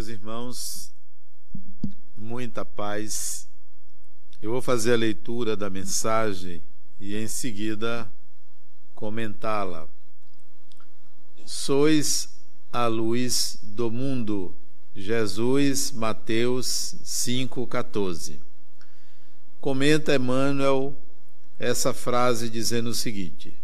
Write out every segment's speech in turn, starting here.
meus irmãos, muita paz. Eu vou fazer a leitura da mensagem e em seguida comentá-la. Sois a luz do mundo. Jesus, Mateus 5,14. Comenta Emmanuel essa frase dizendo o seguinte: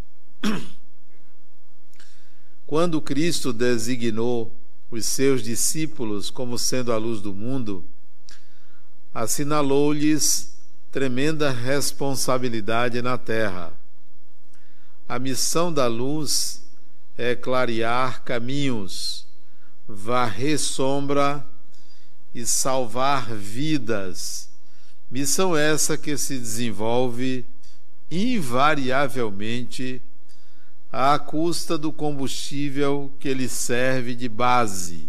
quando Cristo designou os seus discípulos como sendo a luz do mundo, assinalou-lhes tremenda responsabilidade na terra. A missão da luz é clarear caminhos, varrer sombra e salvar vidas. Missão essa que se desenvolve invariavelmente à custa do combustível que lhe serve de base.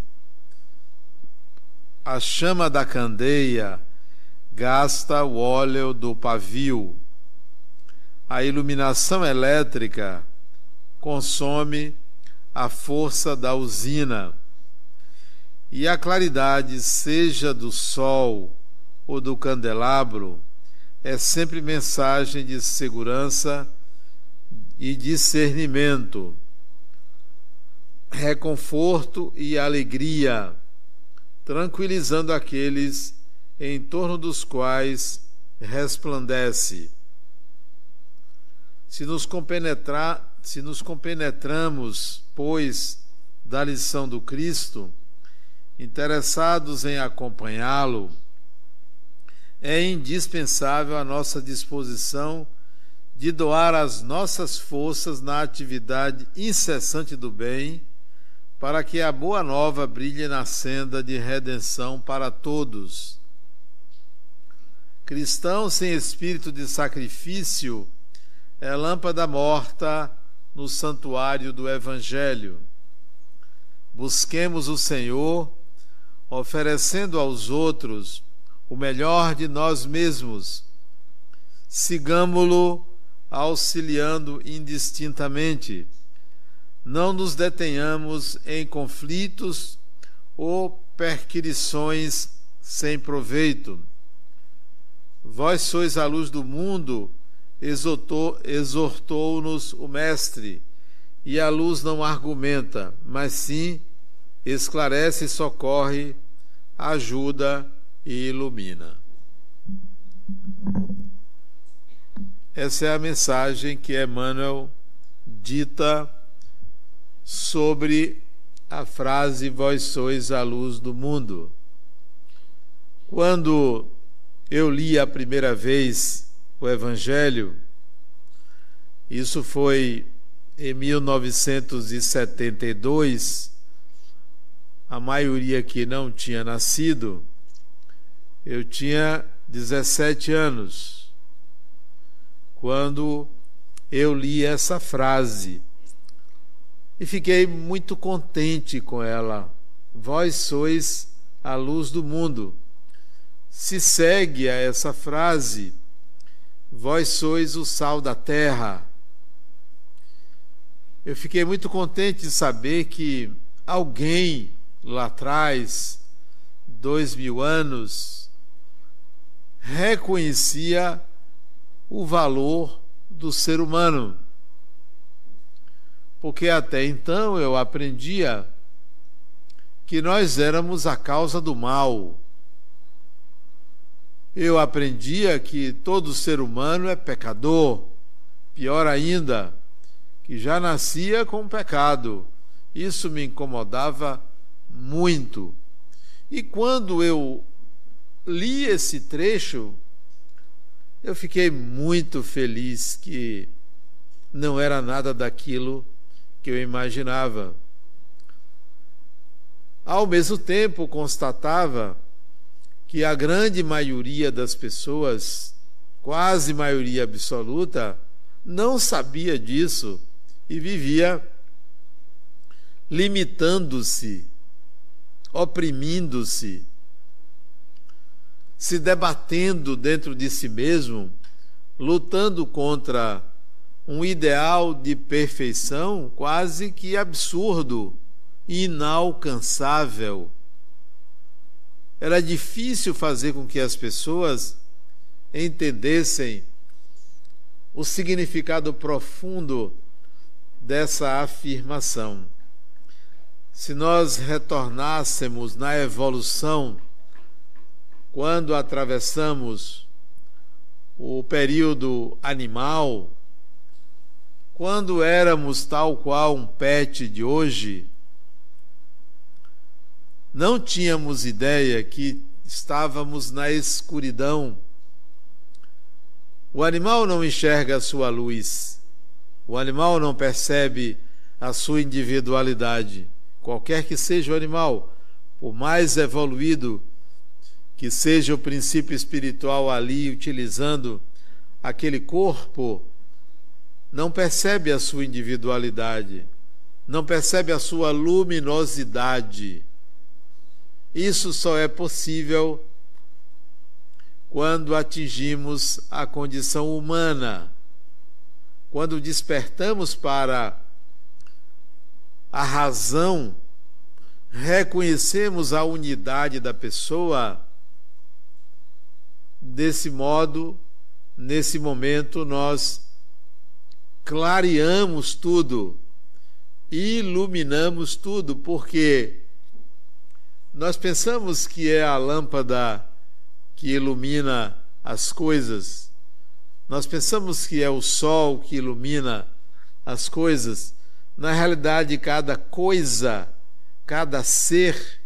A chama da candeia gasta o óleo do pavio. A iluminação elétrica consome a força da usina. E a claridade, seja do sol ou do candelabro, é sempre mensagem de segurança e discernimento, reconforto e alegria, tranquilizando aqueles em torno dos quais resplandece. Se nos compenetramos, pois, da lição do Cristo, interessados em acompanhá-lo, é indispensável a nossa disposição de doar as nossas forças na atividade incessante do bem, para que a boa nova brilhe na senda de redenção para todos. Cristão sem espírito de sacrifício é lâmpada morta no santuário do Evangelho. Busquemos o Senhor, oferecendo aos outros o melhor de nós mesmos. Sigamo-lo auxiliando indistintamente. Não nos detenhamos em conflitos ou perquirições sem proveito. Vós sois a luz do mundo, exortou-nos o Mestre, e a luz não argumenta, mas sim esclarece e socorre, ajuda e ilumina. Essa é a mensagem que Emmanuel dita sobre a frase vós sois a luz do mundo. Quando eu li a primeira vez o Evangelho, isso foi em 1972, a maioria que não tinha nascido, eu tinha 17 anos, quando eu li essa frase, e fiquei muito contente com ela. Vós sois a luz do mundo. Se segue a essa frase, vós sois o sal da terra. Eu fiquei muito contente de saber que alguém lá atrás, 2000 anos, reconhecia o valor do ser humano. Porque até então eu aprendia que nós éramos a causa do mal. Eu aprendia que todo ser humano é pecador, pior ainda, que já nascia com pecado. Isso me incomodava muito. E quando eu li esse trecho, eu fiquei muito feliz que não era nada daquilo que eu imaginava. Ao mesmo tempo, constatava que a grande maioria das pessoas, quase maioria absoluta, não sabia disso e vivia limitando-se, oprimindo-se, se debatendo dentro de si mesmo, lutando contra um ideal de perfeição quase que absurdo, inalcançável. era difícil fazer com que as pessoas entendessem o significado profundo dessa afirmação. Se nós retornássemos na evolução, quando atravessamos o período animal, quando éramos tal qual um pet de hoje, não tínhamos ideia que estávamos na escuridão. O animal não enxerga a sua luz, o animal não percebe a sua individualidade. Qualquer que seja o animal, por mais evoluído que seja o princípio espiritual ali utilizando aquele corpo, não percebe a sua individualidade, não percebe a sua luminosidade. Isso só é possível quando atingimos a condição humana, quando despertamos para a razão, reconhecemos a unidade da pessoa. Desse modo, nesse momento, nós clareamos tudo, iluminamos tudo, porque nós pensamos que é a lâmpada que ilumina as coisas, nós pensamos que é o sol que ilumina as coisas. Na realidade, cada coisa, cada ser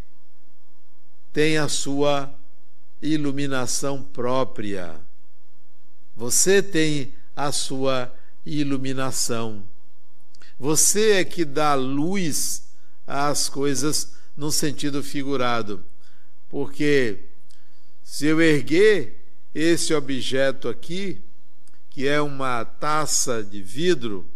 tem a sua iluminação própria. Você tem a sua iluminação. Você é que dá luz às coisas no sentido figurado. Porque se eu erguer esse objeto aqui, que é uma taça de vidro,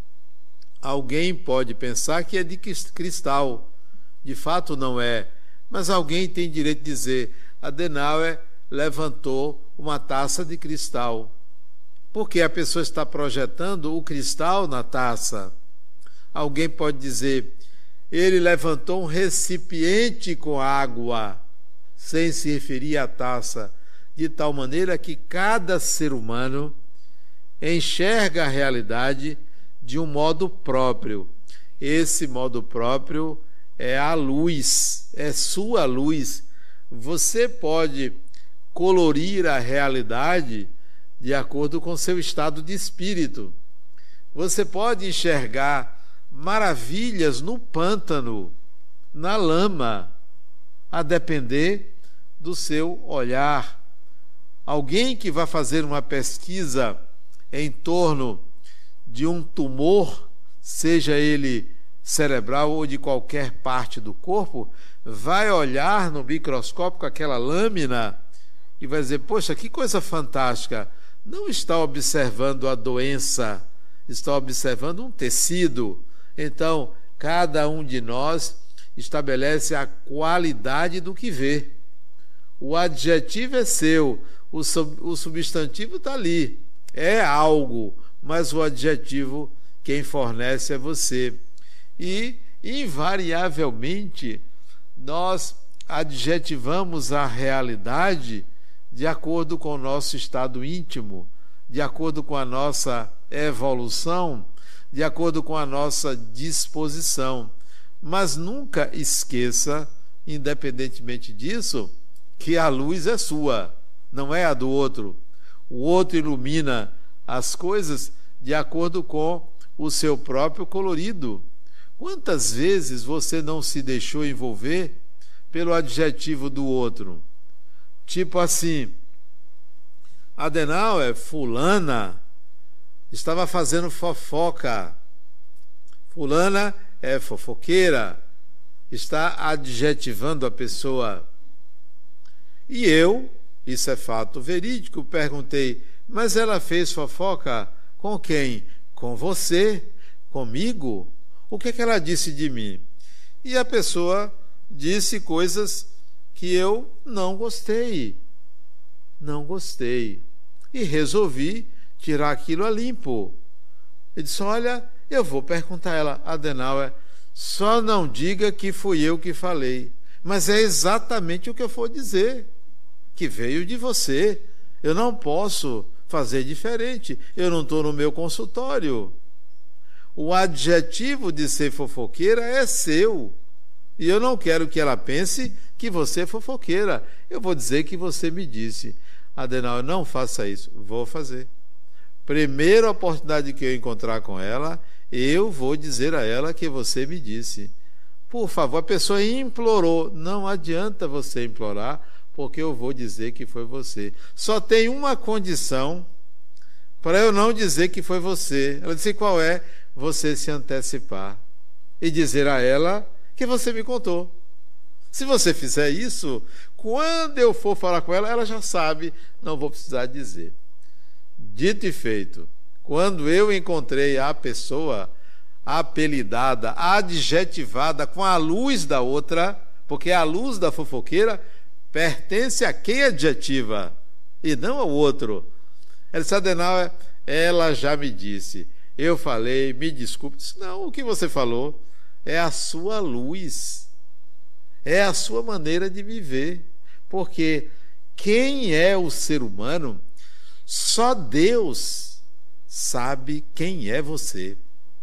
alguém pode pensar que é de cristal. De fato não é. Mas alguém tem direito de dizer: Adenauer levantou uma taça de cristal. Porque a pessoa está projetando o cristal na taça. Alguém pode dizer: ele levantou um recipiente com água, sem se referir à taça, de tal maneira que cada ser humano enxerga a realidade de um modo próprio. Esse modo próprio é a luz, é sua luz. Você pode colorir a realidade de acordo com seu estado de espírito. Você pode enxergar maravilhas no pântano, na lama, a depender do seu olhar. Alguém que vai fazer uma pesquisa em torno de um tumor, seja ele cerebral ou de qualquer parte do corpo, vai olhar no microscópio com aquela lâmina e vai dizer: poxa, que coisa fantástica. Não está observando a doença, está observando um tecido. Então, cada um de nós estabelece a qualidade do que vê. O adjetivo é seu, o substantivo está ali, é algo, mas o adjetivo quem fornece é você. E, invariavelmente, nós adjetivamos a realidade de acordo com o nosso estado íntimo, de acordo com a nossa evolução, de acordo com a nossa disposição. Mas nunca esqueça, independentemente disso, que a luz é sua, não é a do outro. O outro ilumina as coisas de acordo com o seu próprio colorido. Quantas vezes você não se deixou envolver pelo adjetivo do outro? Tipo assim: Adenauer, fulana, estava fazendo fofoca. Fulana é fofoqueira, está adjetivando a pessoa. E eu, isso é fato verídico, perguntei: mas ela fez fofoca com quem? Com você? Comigo? O que é que ela disse de mim? E a pessoa disse coisas que eu não gostei. Não gostei. E resolvi tirar aquilo a limpo. Ele disse: olha, eu vou perguntar a ela: Adenauer, só não diga que fui eu que falei, Mas é exatamente o que eu vou dizer, que veio de você. Eu não posso fazer diferente. Eu não estou no meu consultório. O adjetivo de ser fofoqueira é seu. E eu não quero que ela pense que você é fofoqueira. Eu vou dizer que você me disse: Adenauer, não faça isso. Vou fazer. Primeira oportunidade que eu encontrar com ela, eu vou dizer a ela que você me disse. Por favor, a pessoa implorou. Não adianta você implorar, porque eu vou dizer que foi você. Só tem uma condição para eu não dizer que foi você. Ela disse: qual é? Você se antecipar e dizer a ela que você me contou. Se você fizer isso, quando eu for falar com ela, ela já sabe, não vou precisar dizer. Dito e feito, quando eu encontrei a pessoa apelidada, adjetivada com a luz da outra, porque a luz da fofoqueira pertence a quem adjetiva e não ao outro. Ela disse: Adenauer, ela já me disse, eu falei, me desculpe. Disse: não, o que você falou é a sua luz, é a sua maneira de me ver, porque quem é o ser humano, só Deus sabe quem é você.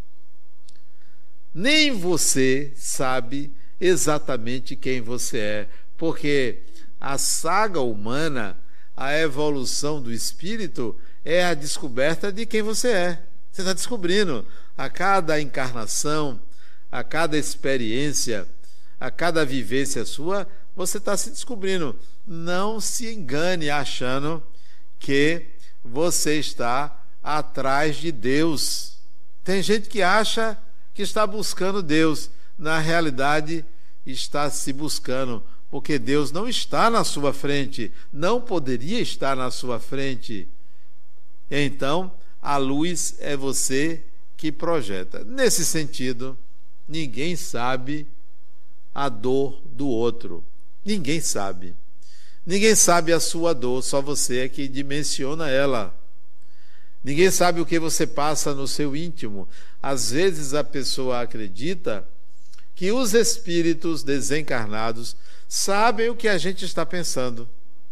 Nem você sabe exatamente quem você é, porque a saga humana, a evolução do espírito, é a descoberta de quem você é. Você está descobrindo a cada encarnação, a cada experiência, a cada vivência sua, você está se descobrindo. Não se engane achando que você está atrás de Deus. Tem gente que acha que está buscando Deus. Na realidade, está se buscando, porque Deus não está na sua frente, não poderia estar na sua frente. Então, a luz é você que projeta. Nesse sentido, ninguém sabe a dor do outro. Ninguém sabe. Ninguém sabe a sua dor, só você é que dimensiona ela. Ninguém sabe o que você passa no seu íntimo. Às vezes a pessoa acredita que os espíritos desencarnados sabem o que a gente está pensando.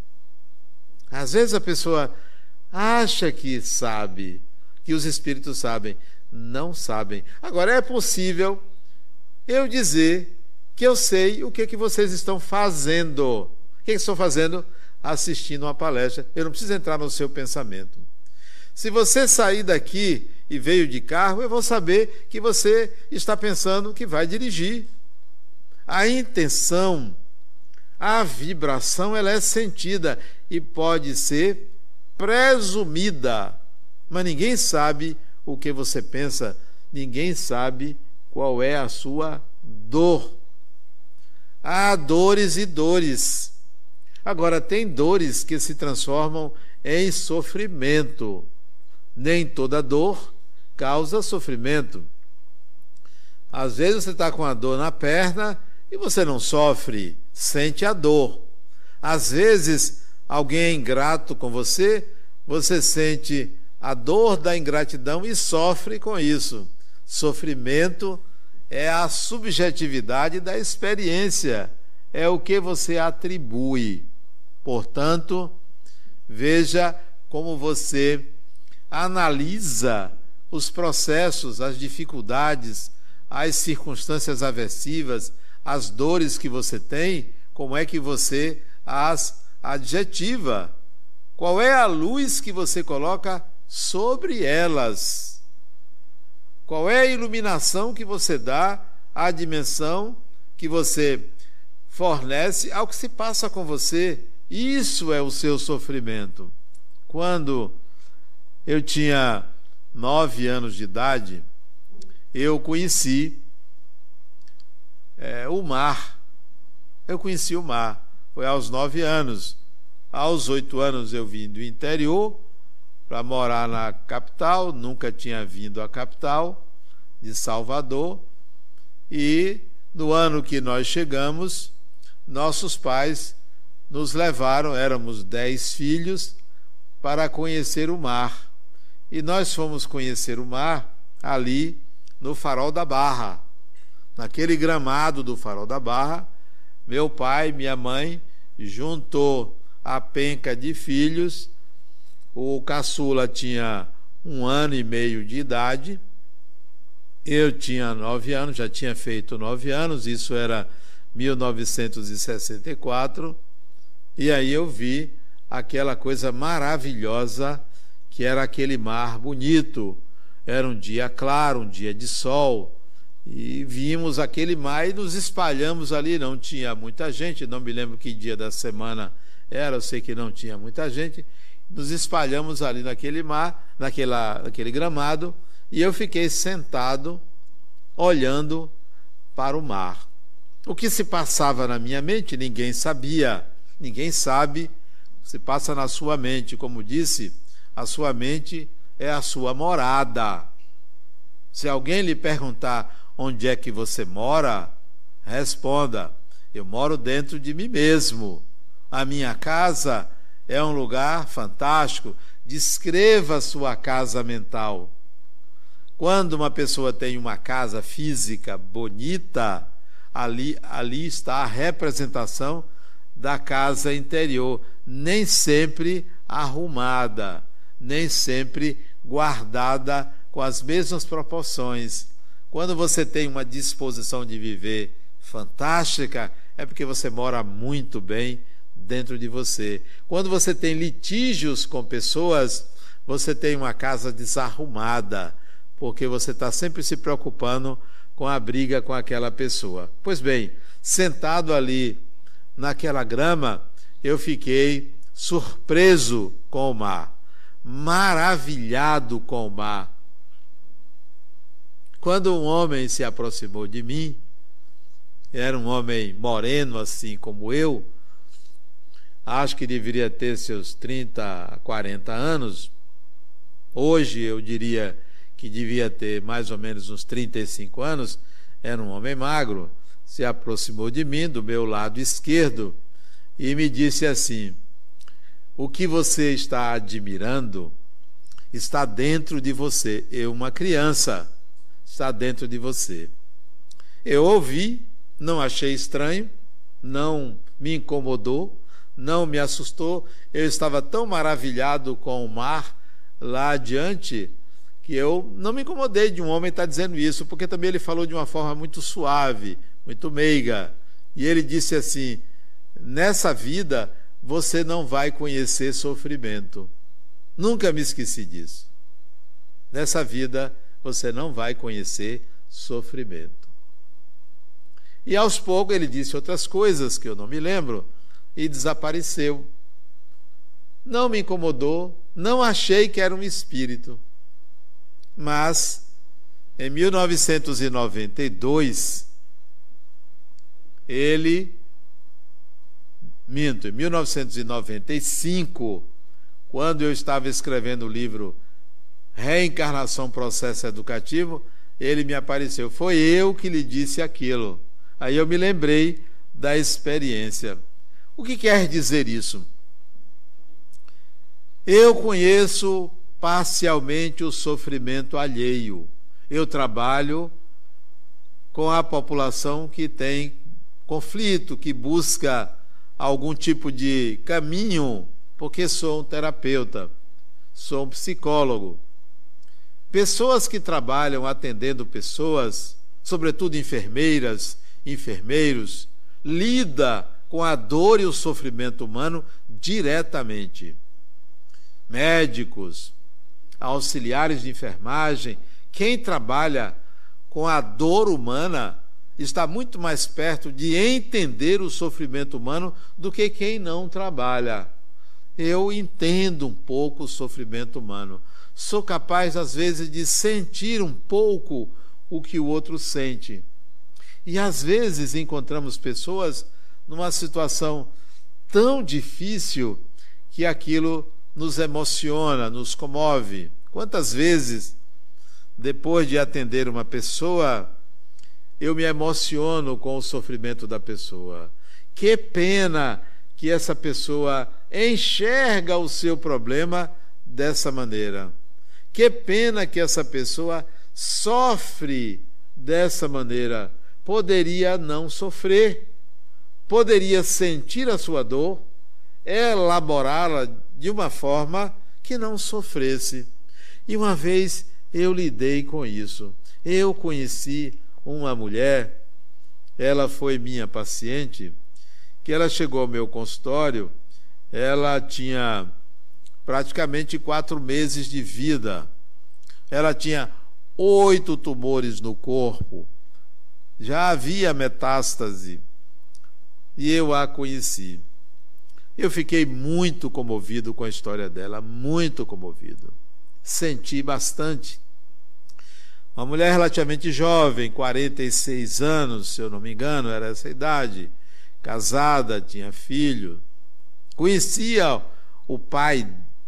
Às vezes a pessoa acha que sabe, que os espíritos sabem. Não sabem. Agora, é possível eu dizer que eu sei o que vocês estão fazendo. O que estão fazendo? Assistindo uma palestra. Eu não preciso entrar no seu pensamento. Se você sair daqui e veio de carro, eu vou saber que você está pensando que vai dirigir. A intenção, a vibração, ela é sentida e pode ser presumida, mas ninguém sabe o que você pensa, ninguém sabe qual é a sua dor. Há dores e dores. Agora, tem dores que se transformam em sofrimento. Nem toda dor causa sofrimento. Às vezes você está com a dor na perna e você não sofre, sente a dor. Às vezes alguém é ingrato com você, você sente a dor da ingratidão e sofre com isso. Sofrimento é a subjetividade da experiência, é o que você atribui. Portanto, veja como você analisa os processos, as dificuldades, as circunstâncias aversivas, as dores que você tem, como é que você as adjetiva. Qual é a luz que você coloca sobre elas? Qual é a iluminação que você dá à dimensão que você fornece ao que se passa com você? Isso é o seu sofrimento. Quando eu tinha 9 anos de idade, eu conheci o mar. Eu conheci o mar. Foi aos 9 anos. Aos 8 anos eu vim do interior para morar na capital. Nunca tinha vindo à capital de Salvador. E no ano que nós chegamos, nossos pais nos levaram, éramos 10 filhos, para conhecer o mar. E nós fomos conhecer o mar ali no Farol da Barra. Naquele gramado do Farol da Barra, Meu pai, minha mãe, juntou a penca de filhos. O caçula tinha 1 ano e meio de idade, eu tinha 9 anos, já tinha feito 9 anos, isso era 1964, e aí eu vi aquela coisa maravilhosa que era aquele mar bonito. Era um dia claro, um dia de sol, e vimos aquele mar e nos espalhamos ali. Não tinha muita gente, não me lembro que dia da semana era, eu sei que não tinha muita gente. Nos espalhamos ali naquele mar, naquele gramado, e eu fiquei sentado olhando para o mar. O que se passava na minha mente, ninguém sabia, ninguém sabe. Se passa na sua mente, como disse, a sua mente é a sua morada. Se alguém lhe perguntar onde é que você mora, responda: eu moro dentro de mim mesmo. A minha casa é um lugar fantástico. Descreva a sua casa mental. Quando uma pessoa tem uma casa física bonita, ali está a representação da casa interior, nem sempre arrumada, nem sempre guardada com as mesmas proporções. Quando você tem uma disposição de viver fantástica, é porque você mora muito bem dentro de você. Quando você tem litígios com pessoas, você tem uma casa desarrumada, porque você está sempre se preocupando com a briga com aquela pessoa. Pois bem, sentado ali naquela grama, eu fiquei surpreso com o mar, maravilhado com o mar. Quando um homem se aproximou de mim, era um homem moreno assim como eu, acho que deveria ter seus 30, 40 anos, hoje eu diria que devia ter mais ou menos uns 35 anos, era um homem magro, se aproximou de mim, do meu lado esquerdo, e me disse assim: o que você está admirando está dentro de você. Eu, uma criança, está dentro de você. Eu ouvi, não achei estranho, não me incomodou, não me assustou. Eu estava tão maravilhado com o mar lá adiante que eu não me incomodei de um homem estar dizendo isso, porque também ele falou de uma forma muito suave, muito meiga. E ele disse assim: nessa vida você não vai conhecer sofrimento. Nunca me esqueci disso. Nessa vida você não vai conhecer sofrimento. E aos poucos ele disse outras coisas que eu não me lembro e desapareceu. Não me incomodou, não achei que era um espírito. Mas em 1992, em 1995, quando eu estava escrevendo o livro Reencarnação, Processo Educativo, ele me apareceu. Foi eu que lhe disse aquilo. Aí eu me lembrei da experiência. O que quer dizer isso? Eu conheço parcialmente o sofrimento alheio. Eu trabalho com a população que tem conflito, que busca algum tipo de caminho, porque sou um terapeuta, sou um psicólogo. Pessoas que trabalham atendendo pessoas, sobretudo enfermeiras, enfermeiros, lida com a dor e o sofrimento humano diretamente. Médicos, auxiliares de enfermagem, quem trabalha com a dor humana está muito mais perto de entender o sofrimento humano do que quem não trabalha. Eu entendo um pouco o sofrimento humano. Sou capaz, às vezes, de sentir um pouco o que o outro sente. E, às vezes, encontramos pessoas numa situação tão difícil que aquilo nos emociona, nos comove. Quantas vezes, depois de atender uma pessoa, eu me emociono com o sofrimento da pessoa. Que pena que essa pessoa enxerga o seu problema dessa maneira. Que pena que essa pessoa sofre dessa maneira. Poderia não sofrer. poderia sentir a sua dor, elaborá-la de uma forma que não sofresse. E uma vez eu lidei com isso. Eu conheci uma mulher, ela foi minha paciente, que ela chegou ao meu consultório, ela tinha praticamente 4 meses de vida. Ela tinha 8 tumores no corpo, já havia metástase, e eu a conheci. Eu fiquei muito comovido com a história dela, muito comovido. Senti bastante. Uma mulher relativamente jovem, 46 anos, se eu não me engano, era essa idade, casada, tinha filho. Conhecia o pai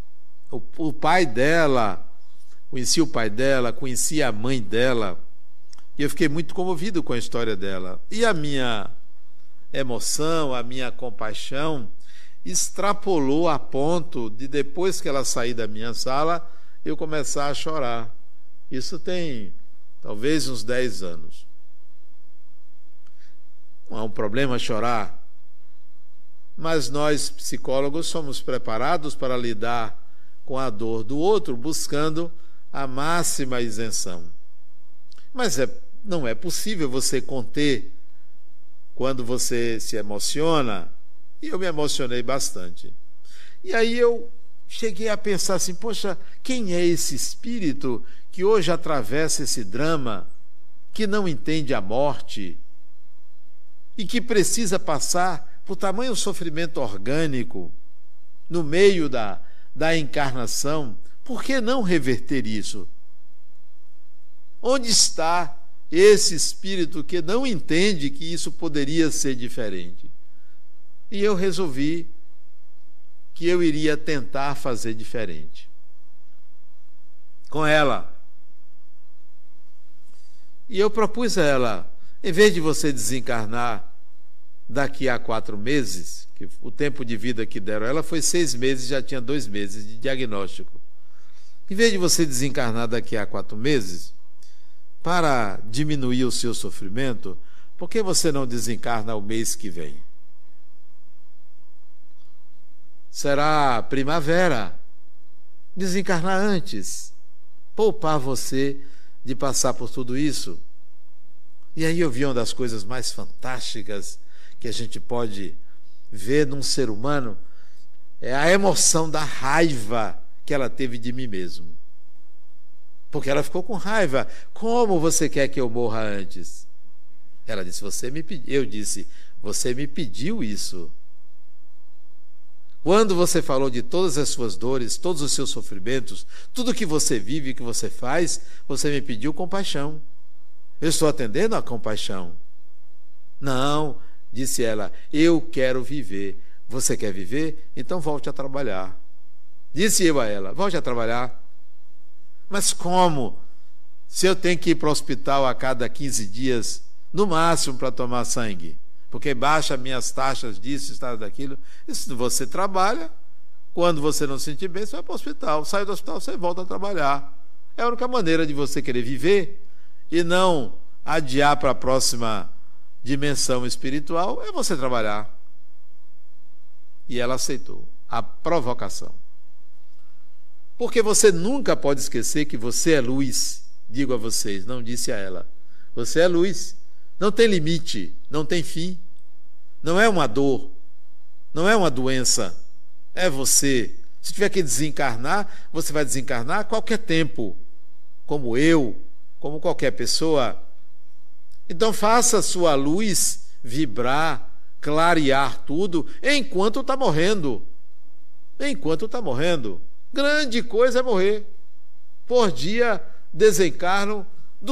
dela, conhecia a mãe dela, e eu fiquei muito comovido com a história dela. E a minha emoção, a minha compaixão extrapolou a ponto de, depois que ela sair da minha sala, eu começar a chorar. Isso tem talvez uns 10 anos. Não é um problema chorar, mas nós, psicólogos, somos preparados para lidar com a dor do outro, buscando a máxima isenção. Mas não é possível você conter quando você se emociona, e eu me emocionei bastante. E aí eu cheguei a pensar assim, poxa, quem é esse espírito que hoje atravessa esse drama, que não entende a morte e que precisa passar por tamanho sofrimento orgânico no meio da encarnação? Por que não reverter isso? Onde está esse espírito que não entende que isso poderia ser diferente? E eu resolvi que eu iria tentar fazer diferente com ela. E eu propus a ela, em vez de você desencarnar daqui a 4 meses, que o tempo de vida que deram ela foi 6 meses, já tinha 2 meses de diagnóstico. Em vez de você desencarnar daqui a 4 meses, para diminuir o seu sofrimento, por que você não desencarna o mês que vem? Será primavera. Desencarnar antes, poupar você de passar por tudo isso. E aí eu vi uma das coisas mais fantásticas que a gente pode ver num ser humano, é a emoção da raiva que ela teve de mim mesmo. Porque ela ficou com raiva. Como você quer que eu morra antes? Ela disse, você me pediu. Eu disse, você me pediu isso. Quando você falou de todas as suas dores, todos os seus sofrimentos, tudo que você vive, que você faz, você me pediu compaixão. Eu estou atendendo a compaixão. Não, disse ela, eu quero viver. Você quer viver? Então volte a trabalhar. Disse eu a ela, volte a trabalhar. Mas como? Se eu tenho que ir para o hospital a cada 15 dias, no máximo, para tomar sangue, porque baixa minhas taxas disso, daquilo. Isso você trabalha, quando você não se sentir bem, você vai para o hospital. Sai do hospital, você volta a trabalhar. É a única maneira de você querer viver e não adiar para a próxima dimensão espiritual, é você trabalhar. E ela aceitou a provocação. Porque você nunca pode esquecer que você é luz. Digo a vocês, não disse a ela. Você é luz. Não tem limite, não tem fim. Não é uma dor, não é uma doença. É você. Se tiver que desencarnar, você vai desencarnar a qualquer tempo. Como eu, como qualquer pessoa. Então faça a sua luz vibrar, clarear tudo, enquanto está morrendo. Enquanto está morrendo. Grande coisa é morrer. Por dia desencarnam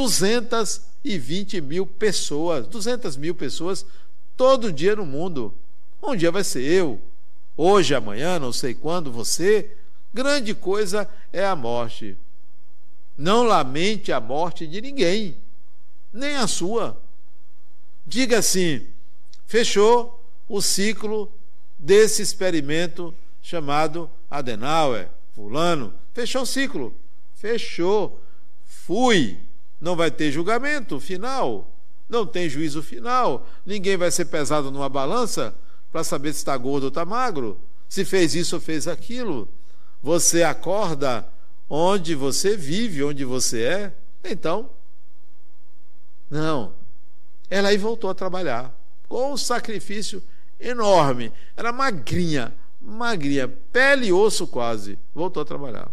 220 mil pessoas, 200 mil pessoas todo dia no mundo. Um dia vai ser eu, hoje, amanhã, não sei quando, você. Grande coisa é a morte. Não lamente a morte de ninguém, nem a sua. Diga assim, fechou o ciclo desse experimento chamado Adenauer, fulano, fechou o ciclo, fechou, fui, não vai ter julgamento final, não tem juízo final, ninguém vai ser pesado numa balança para saber se está gordo ou está magro, se fez isso ou fez aquilo. Você acorda onde você vive, onde você é. Então, não. Ela aí voltou a trabalhar, com um sacrifício enorme. Era magrinha, pele e osso quase. Voltou a trabalhar.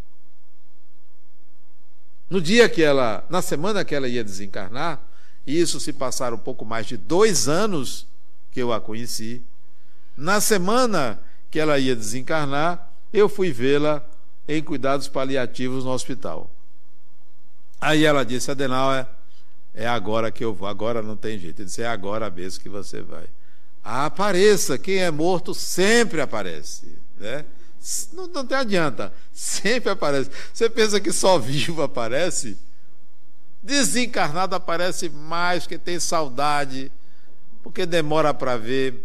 Na semana que ela ia desencarnar, e isso se passaram um pouco mais de 2 anos que eu a conheci, na semana que ela ia desencarnar, eu fui vê-la em cuidados paliativos no hospital. Aí ela disse: Adenauer, é agora que eu vou, agora não tem jeito. Eu disse: é agora mesmo que você vai. Apareça, quem é morto sempre aparece, né? Não tem adianta, sempre aparece. Você pensa que só vivo aparece? Desencarnado aparece mais, porque tem saudade, porque demora para ver.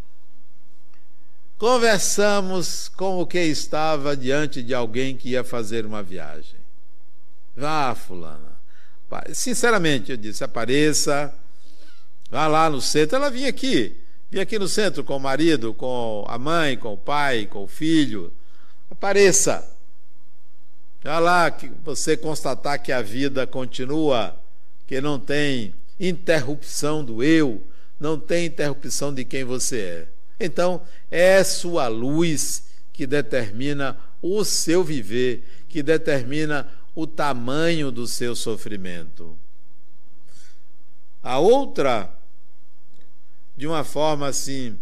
Conversamos como quem estava diante de alguém que ia fazer uma viagem. Vá, fulana. Sinceramente, eu disse: apareça, vá lá no centro. Ela vinha aqui no centro com o marido, com a mãe, com o pai, com o filho. Apareça. Vá lá, que você constatar que a vida continua, que não tem interrupção do eu, não tem interrupção de quem você é. Então, é sua luz que determina o seu viver, que determina o tamanho do seu sofrimento. A outra, de uma forma assim,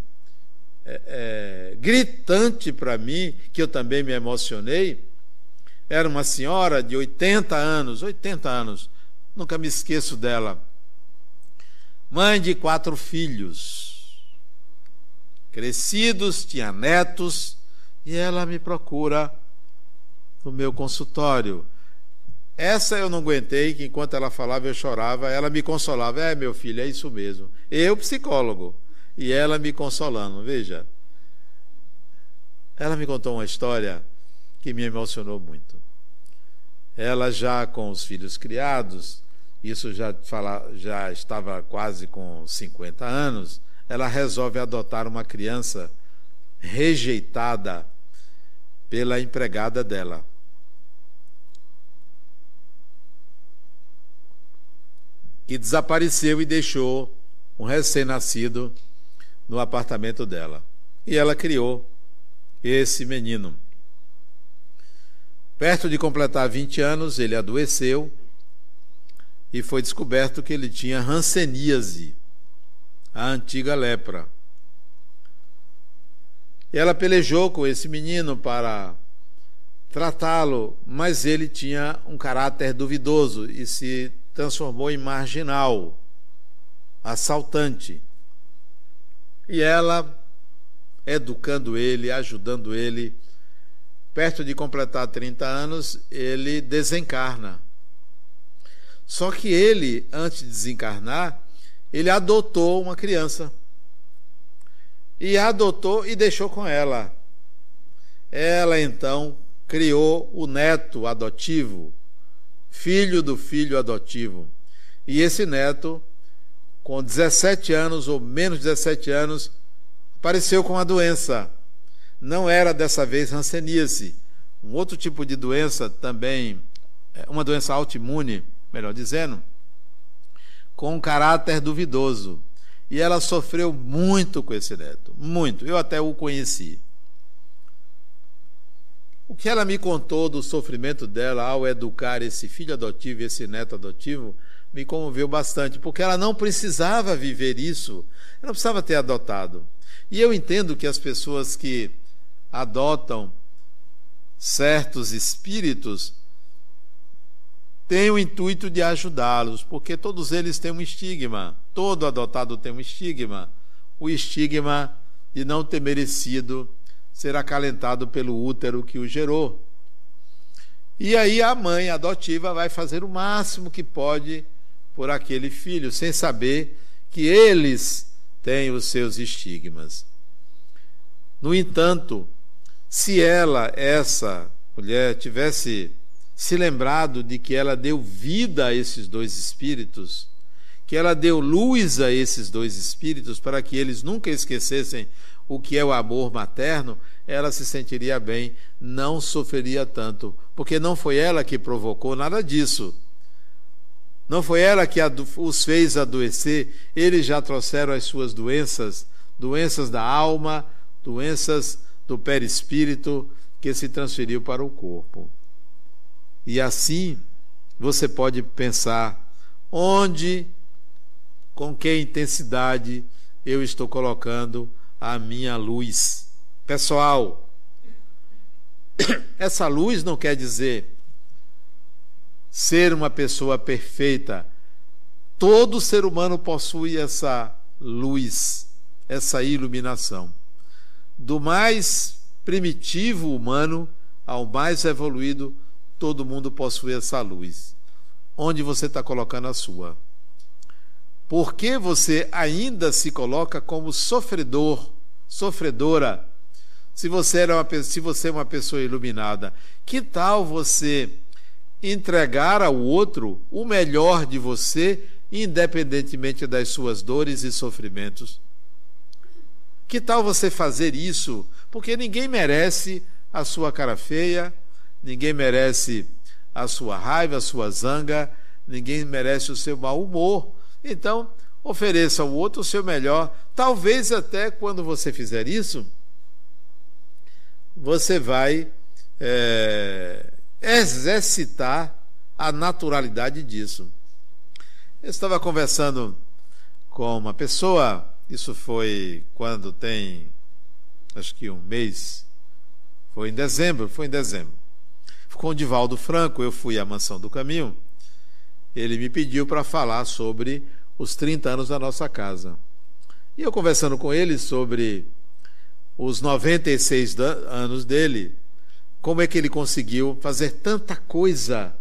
gritante para mim, que eu também me emocionei, era uma senhora de 80 anos, nunca me esqueço dela, mãe de 4 filhos, crescidos, tinha netos, e ela me procura no meu consultório. Essa eu não aguentei, que enquanto ela falava eu chorava, ela me consolava: é, meu filho, é isso mesmo. Eu, psicólogo, e ela me consolando. Veja, ela me contou uma história que me emocionou muito. Ela já com os filhos criados, isso já estava quase com 50 anos, ela resolve adotar uma criança rejeitada pela empregada dela. Que desapareceu e deixou um recém-nascido no apartamento dela. E ela criou esse menino. Perto de completar 20 anos, ele adoeceu e foi descoberto que ele tinha hanseníase, a antiga lepra. E ela pelejou com esse menino para tratá-lo, mas ele tinha um caráter duvidoso e se transformou em marginal, assaltante. E ela, educando ele, ajudando ele, perto de completar 30 anos, ele desencarna. Só que ele, antes de desencarnar, ele adotou uma criança. E adotou e deixou com ela. Ela, então, criou o neto adotivo, filho do filho adotivo. E esse neto, com 17 anos ou menos de 17 anos, apareceu com uma doença. Não era dessa vez hanseníase, um outro tipo de doença também, uma doença autoimune, melhor dizendo, com um caráter duvidoso. E ela sofreu muito com esse neto, muito. Eu até o conheci. O que ela me contou do sofrimento dela ao educar esse filho adotivo e esse neto adotivo me comoveu bastante, porque ela não precisava viver isso, ela não precisava ter adotado. E eu entendo que as pessoas que adotam certos espíritos têm o intuito de ajudá-los, porque todos eles têm um estigma, todo adotado tem um estigma, o estigma de não ter merecido ser acalentado pelo útero que o gerou. E aí a mãe adotiva vai fazer o máximo que pode por aquele filho, sem saber que eles têm os seus estigmas. No entanto, se ela, essa mulher, tivesse se lembrado de que ela deu vida a esses 2 espíritos, que ela deu luz a esses dois espíritos para que eles nunca esquecessem o que é o amor materno, ela se sentiria bem, não sofreria tanto, porque não foi ela que provocou nada disso. Não foi ela que os fez adoecer, eles já trouxeram as suas doenças, doenças da alma, doenças do perispírito, que se transferiu para o corpo. E assim, você pode pensar onde, com que intensidade eu estou colocando a minha luz. Pessoal, essa luz não quer dizer ser uma pessoa perfeita. Todo ser humano possui essa luz, essa iluminação. Do mais primitivo humano ao mais evoluído, todo mundo possui essa luz. Onde você está colocando a sua? Por que você ainda se coloca como sofredor, sofredora? Se você é uma pessoa iluminada, que tal você entregar ao outro o melhor de você, independentemente das suas dores e sofrimentos? Que tal você fazer isso? Porque ninguém merece a sua cara feia, ninguém merece a sua raiva, a sua zanga, ninguém merece o seu mau humor. Então, ofereça ao outro o seu melhor. Talvez até quando você fizer isso, você vai exercitar a naturalidade disso. Eu estava conversando com uma pessoa, isso foi quando tem, acho que um mês, foi em dezembro. Com o Divaldo Franco, eu fui à Mansão do Caminho, ele me pediu para falar sobre os 30 anos da nossa casa. E eu conversando com ele sobre os 96 anos dele, como é que ele conseguiu fazer tanta coisa,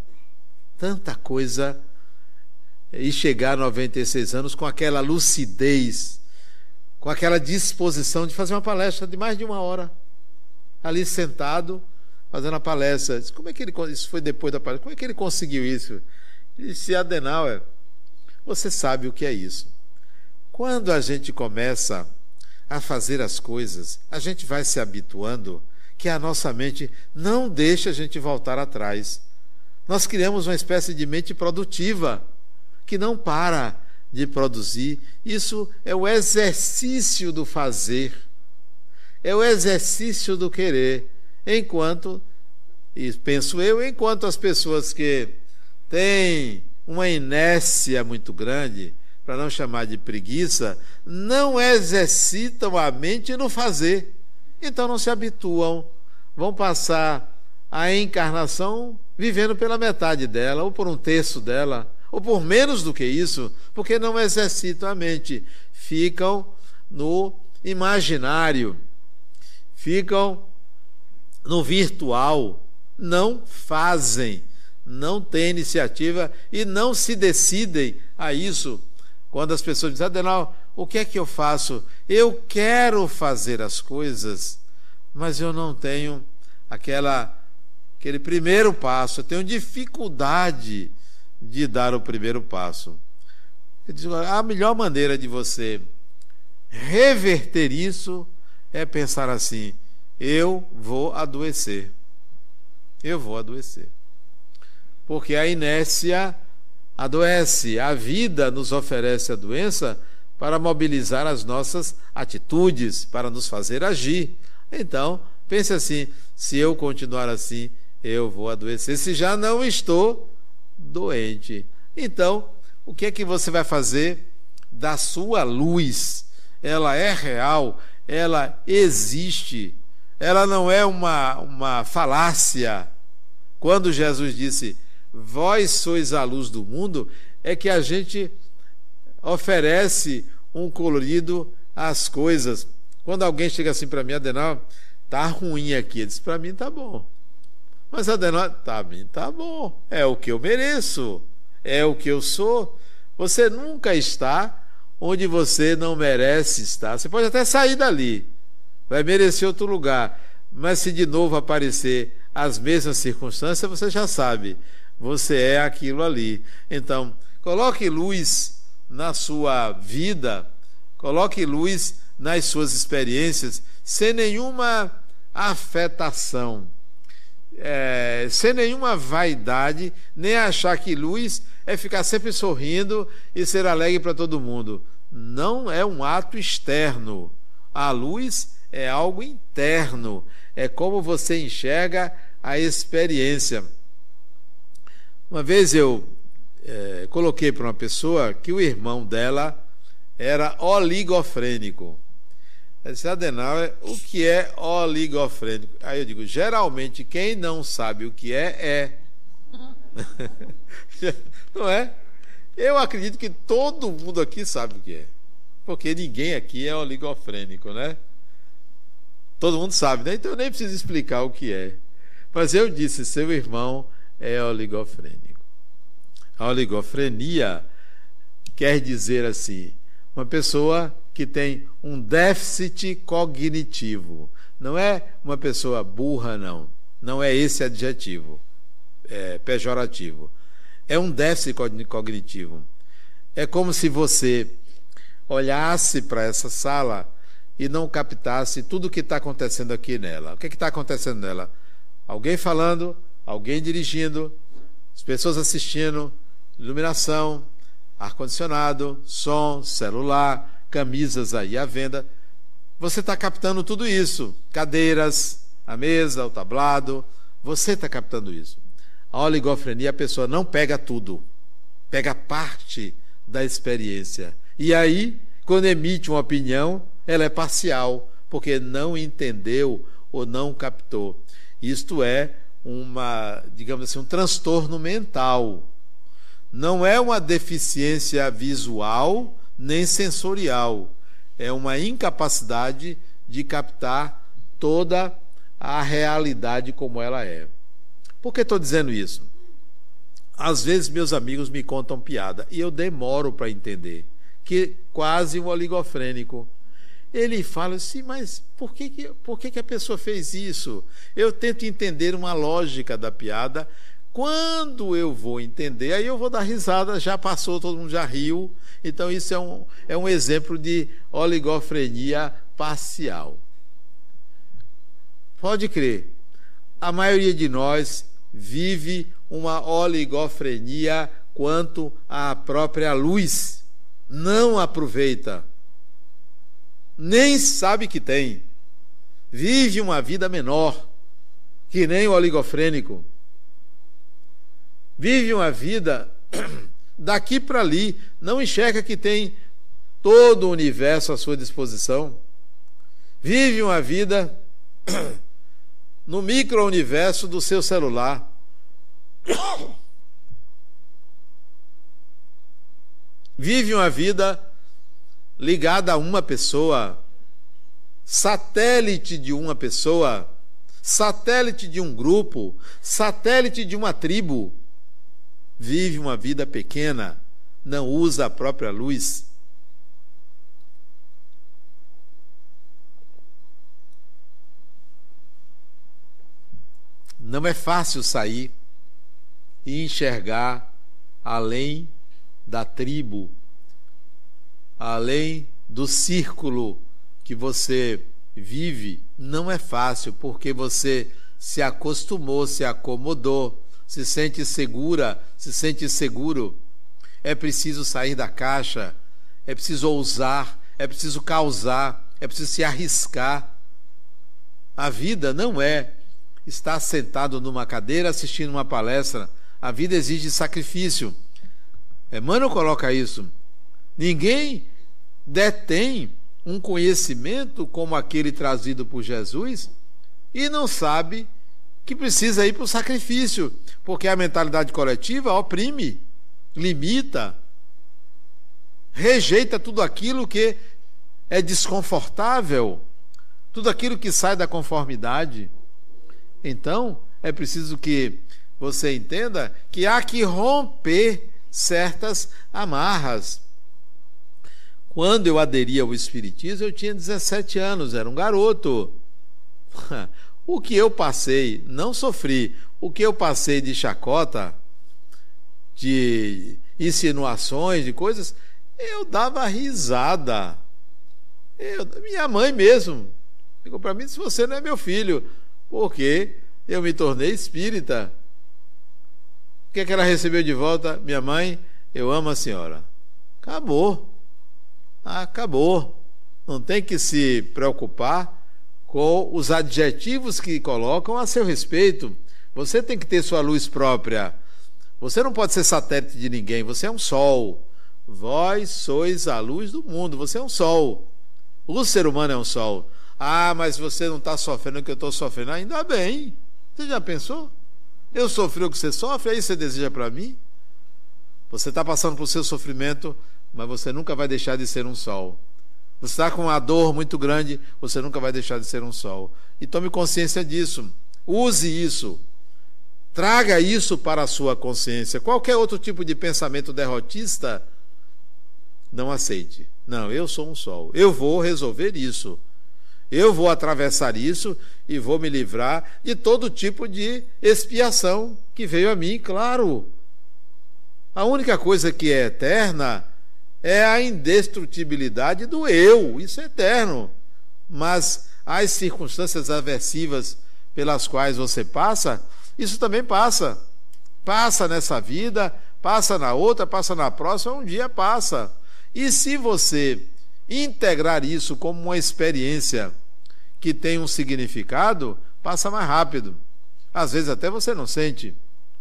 e chegar a 96 anos com aquela lucidez, com aquela disposição de fazer uma palestra de mais de 1 hora, ali sentado, fazendo a palestra. Como é que ele, isso foi depois da palestra, como é que ele conseguiu isso? Ele disse: Adenauer, você sabe o que é isso. Quando a gente começa a fazer as coisas, a gente vai se habituando, que a nossa mente não deixa a gente voltar atrás. Nós criamos uma espécie de mente produtiva, que não para de produzir. Isso é o exercício do fazer, é o exercício do querer. Enquanto, e penso eu, enquanto as pessoas que têm uma inércia muito grande, para não chamar de preguiça, não exercitam a mente no fazer. Então não se habituam, vão passar a encarnação vivendo pela metade dela, ou por 1/3 dela, ou por menos do que isso, porque não exercitam a mente, ficam no imaginário, ficam no virtual, não fazem, não têm iniciativa e não se decidem a isso. Quando as pessoas dizem: Adenauer, o que é que eu faço? Eu quero fazer as coisas, mas eu não tenho aquele primeiro passo, eu tenho dificuldade de dar o primeiro passo. Eu digo: a melhor maneira de você reverter isso é pensar assim: eu vou adoecer. Porque a inércia adoece. A vida nos oferece a doença para mobilizar as nossas atitudes, para nos fazer agir. Então, pense assim: se eu continuar assim, eu vou adoecer, se já não estou doente. Então, o que é que você vai fazer da sua luz? Ela é real, ela existe, ela não é uma falácia. Quando Jesus disse: vós sois a luz do mundo, é que a gente oferece um colorido às coisas. Quando alguém chega assim para mim: Adenauer, tá ruim aqui. Eu disse: para mim tá bom. Mas Adenauer, para mim tá bom. É o que eu mereço, é o que eu sou. Você nunca está onde você não merece estar. Você pode até sair dali, vai merecer outro lugar, mas se de novo aparecer as mesmas circunstâncias, você já sabe, você é aquilo ali. Então, coloque luz na sua vida, coloque luz nas suas experiências, sem nenhuma afetação, sem nenhuma vaidade, nem achar que luz é ficar sempre sorrindo e ser alegre para todo mundo. Não é um ato externo. A luz é algo interno. É como você enxerga a experiência. Uma vez eu coloquei para uma pessoa que o irmão dela era oligofrênico. Eu disse: Adenauer, o que é oligofrênico? Aí eu digo: geralmente quem não sabe o que é. Não é? Eu acredito que todo mundo aqui sabe o que é, porque ninguém aqui é oligofrênico, né? Todo mundo sabe, né? Então eu nem preciso explicar o que é. Mas eu disse: seu irmão é oligofrênico. A oligofrenia quer dizer assim, uma pessoa que tem um déficit cognitivo. Não é uma pessoa burra, não. Não é esse adjetivo pejorativo. É um déficit cognitivo. É como se você olhasse para essa sala e não captasse tudo o que está acontecendo aqui nela. O que está acontecendo nela? Alguém falando, alguém dirigindo, as pessoas assistindo, iluminação, ar-condicionado, som, celular, camisas aí à venda. Você está captando tudo isso. Cadeiras, a mesa, o tablado. Você está captando isso. A oligofrenia, a pessoa não pega tudo. Pega parte da experiência. E aí, quando emite uma opinião, ela é parcial, porque não entendeu ou não captou. Isto é digamos assim, um transtorno mental. Não é uma deficiência visual nem sensorial. É uma incapacidade de captar toda a realidade como ela é. Por que estou dizendo isso? Às vezes meus amigos me contam piada e eu demoro para entender, que quase um oligofrênico. Ele fala assim: mas por que a pessoa fez isso? Eu tento entender uma lógica da piada. Quando eu vou entender, aí eu vou dar risada, já passou, todo mundo já riu. Então isso é um exemplo de oligofrenia parcial. Pode crer, a maioria de nós vive uma oligofrenia quanto à própria luz. Não aproveita, nem sabe que tem. Vive uma vida menor, que nem o oligofrênico. Vive uma vida daqui para ali, não enxerga que tem todo o universo à sua disposição. Vive uma vida no micro-universo do seu celular. Vive uma vida ligada a uma pessoa, satélite de uma pessoa, satélite de um grupo, satélite de uma tribo. Vive uma vida pequena, não usa a própria luz. Não é fácil sair e enxergar além da tribo, além do círculo que você vive. Não é fácil, porque você se acostumou, se acomodou, se sente segura, se sente seguro. É preciso sair da caixa, é preciso ousar, é preciso causar, é preciso se arriscar. A vida não é estar sentado numa cadeira assistindo uma palestra. A vida exige sacrifício. Emmanuel coloca isso. Ninguém detém um conhecimento como aquele trazido por Jesus e não sabe que precisa ir para o sacrifício, porque a mentalidade coletiva oprime, limita, rejeita tudo aquilo que é desconfortável, tudo aquilo que sai da conformidade. Então, é preciso que você entenda que há que romper certas amarras. Quando eu aderi ao Espiritismo, eu tinha 17 anos, era um garoto. O que eu passei, não sofri, o que eu passei de chacota, de insinuações, de coisas, Eu dava risada. Minha mãe mesmo ficou para mim: se você não é meu filho, porque eu me tornei espírita. O que é que ela recebeu de volta? Minha mãe, eu amo a senhora. Acabou. Acabou. Não tem que se preocupar com os adjetivos que colocam a seu respeito. Você tem que ter sua luz própria. Você não pode ser satélite de ninguém. Você é um sol. Vós sois a luz do mundo. Você é um sol. O ser humano é um sol. Mas você não está sofrendo o que eu estou sofrendo. Ainda bem. Você já pensou? Eu sofri o que você sofre, aí você deseja para mim? Você está passando por seu sofrimento, mas você nunca vai deixar de ser um sol. Você está com uma dor muito grande, você nunca vai deixar de ser um sol. E tome consciência disso. Use isso. Traga isso para a sua consciência. Qualquer outro tipo de pensamento derrotista, não aceite. Não, eu sou um sol. Eu vou resolver isso. Eu vou atravessar isso e vou me livrar de todo tipo de expiação que veio a mim, claro. A única coisa que é eterna é a indestrutibilidade do eu. Isso é eterno. Mas as circunstâncias aversivas pelas quais você passa, isso também passa. Passa nessa vida, passa na outra, passa na próxima, um dia passa. E se você integrar isso como uma experiência que tem um significado, passa mais rápido. Às vezes até você não sente.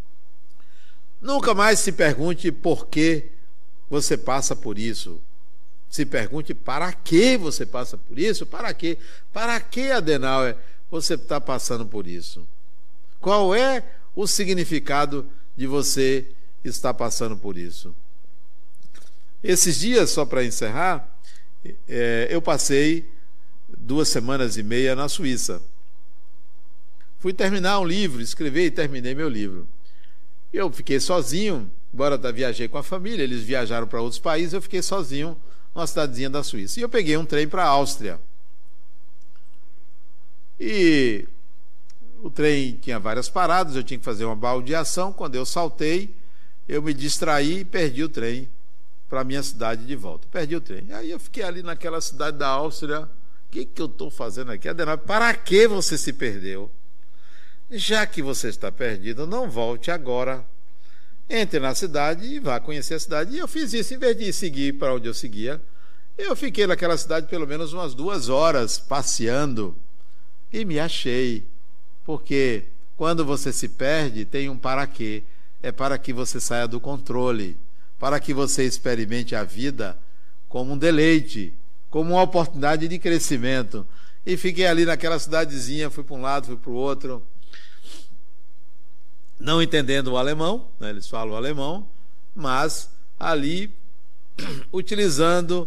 Nunca mais se pergunte por que você passa por isso. Se pergunte para que você passa por isso. Para quê? Para que, Adenauer, você está passando por isso? Qual é o significado de você estar passando por isso? Esses dias, só para encerrar, eu passei 2 semanas e meia na Suíça. Fui terminar um livro, escrevi e terminei meu livro. Eu fiquei sozinho, embora viajei com a família, eles viajaram para outros países, eu fiquei sozinho numa cidadezinha da Suíça. E eu peguei um trem para a Áustria. E o trem tinha várias paradas, eu tinha que fazer uma baldeação. Quando eu saltei, eu me distraí e perdi o trem para a minha cidade de volta. Perdi o trem. Aí eu fiquei ali naquela cidade da Áustria. O que eu estou fazendo aqui? Adenauer, para que você se perdeu? Já que você está perdido, não volte agora. Entre na cidade e vá conhecer a cidade. E eu fiz isso, em vez de seguir para onde eu seguia, eu fiquei naquela cidade pelo menos umas 2 horas passeando e me achei. Porque quando você se perde, tem um para quê. É para que você saia do controle, para que você experimente a vida como um deleite, como uma oportunidade de crescimento. E fiquei ali naquela cidadezinha, fui para um lado, fui para o outro, não entendendo o alemão, né? Eles falam alemão, mas ali utilizando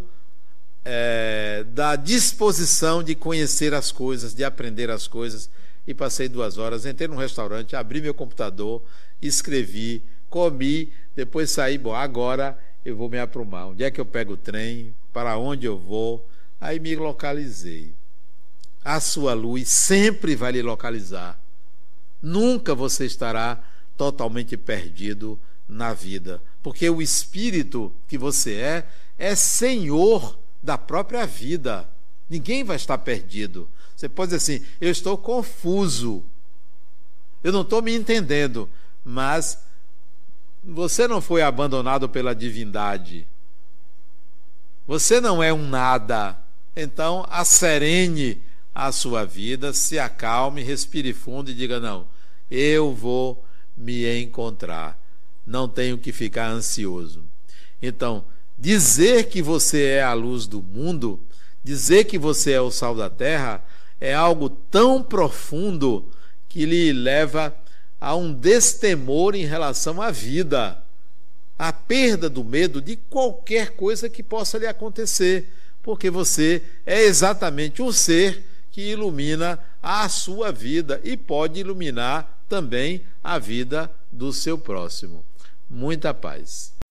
da disposição de conhecer as coisas, de aprender as coisas. E passei 2 horas, entrei num restaurante, abri meu computador, escrevi, comi, depois saí. Bom, agora eu vou me aprumar. Onde é que eu pego o trem? Para onde eu vou? Aí me localizei. A sua luz sempre vai lhe localizar. Nunca você estará totalmente perdido na vida, porque o espírito que você é senhor da própria vida. Ninguém vai estar perdido. Você pode dizer assim: eu estou confuso, eu não estou me entendendo, mas você não foi abandonado pela divindade. Você não é um nada. Então, asserene a sua vida, se acalme, respire fundo e diga: não, eu vou me encontrar. Não tenho que ficar ansioso. Então, dizer que você é a luz do mundo, dizer que você é o sal da terra, é algo tão profundo que lhe leva a um destemor em relação à vida, a perda do medo de qualquer coisa que possa lhe acontecer, porque você é exatamente o ser que ilumina a sua vida e pode iluminar também a vida do seu próximo. Muita paz.